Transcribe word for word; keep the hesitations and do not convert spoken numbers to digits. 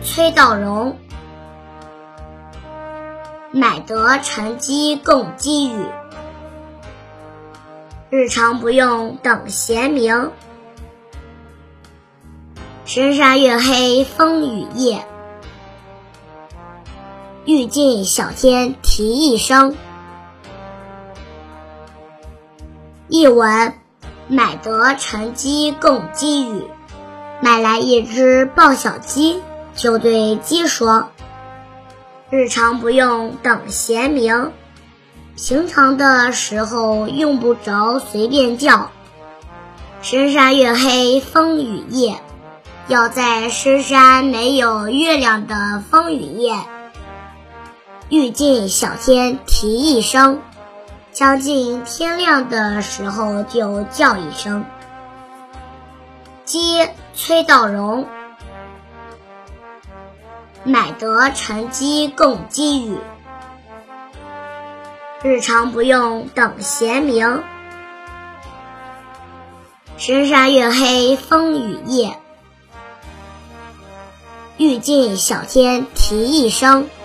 崔道融。买得乘机共积语，日常不用等闲明。深山月黑风雨夜，欲尽小天啼一声。译文：买得乘机共鸡语，买来一只抱小鸡，就对鸡说：日常不用等闲明，平常的时候用不着随便叫。深山月黑风雨夜，要在深山没有月亮的风雨夜。欲尽小天啼一声，将近天亮的时候就叫一声。鸡，崔道融。买得乘机共积语，日常不用等闲明。深山月黑风雨夜，欲尽小天啼一声。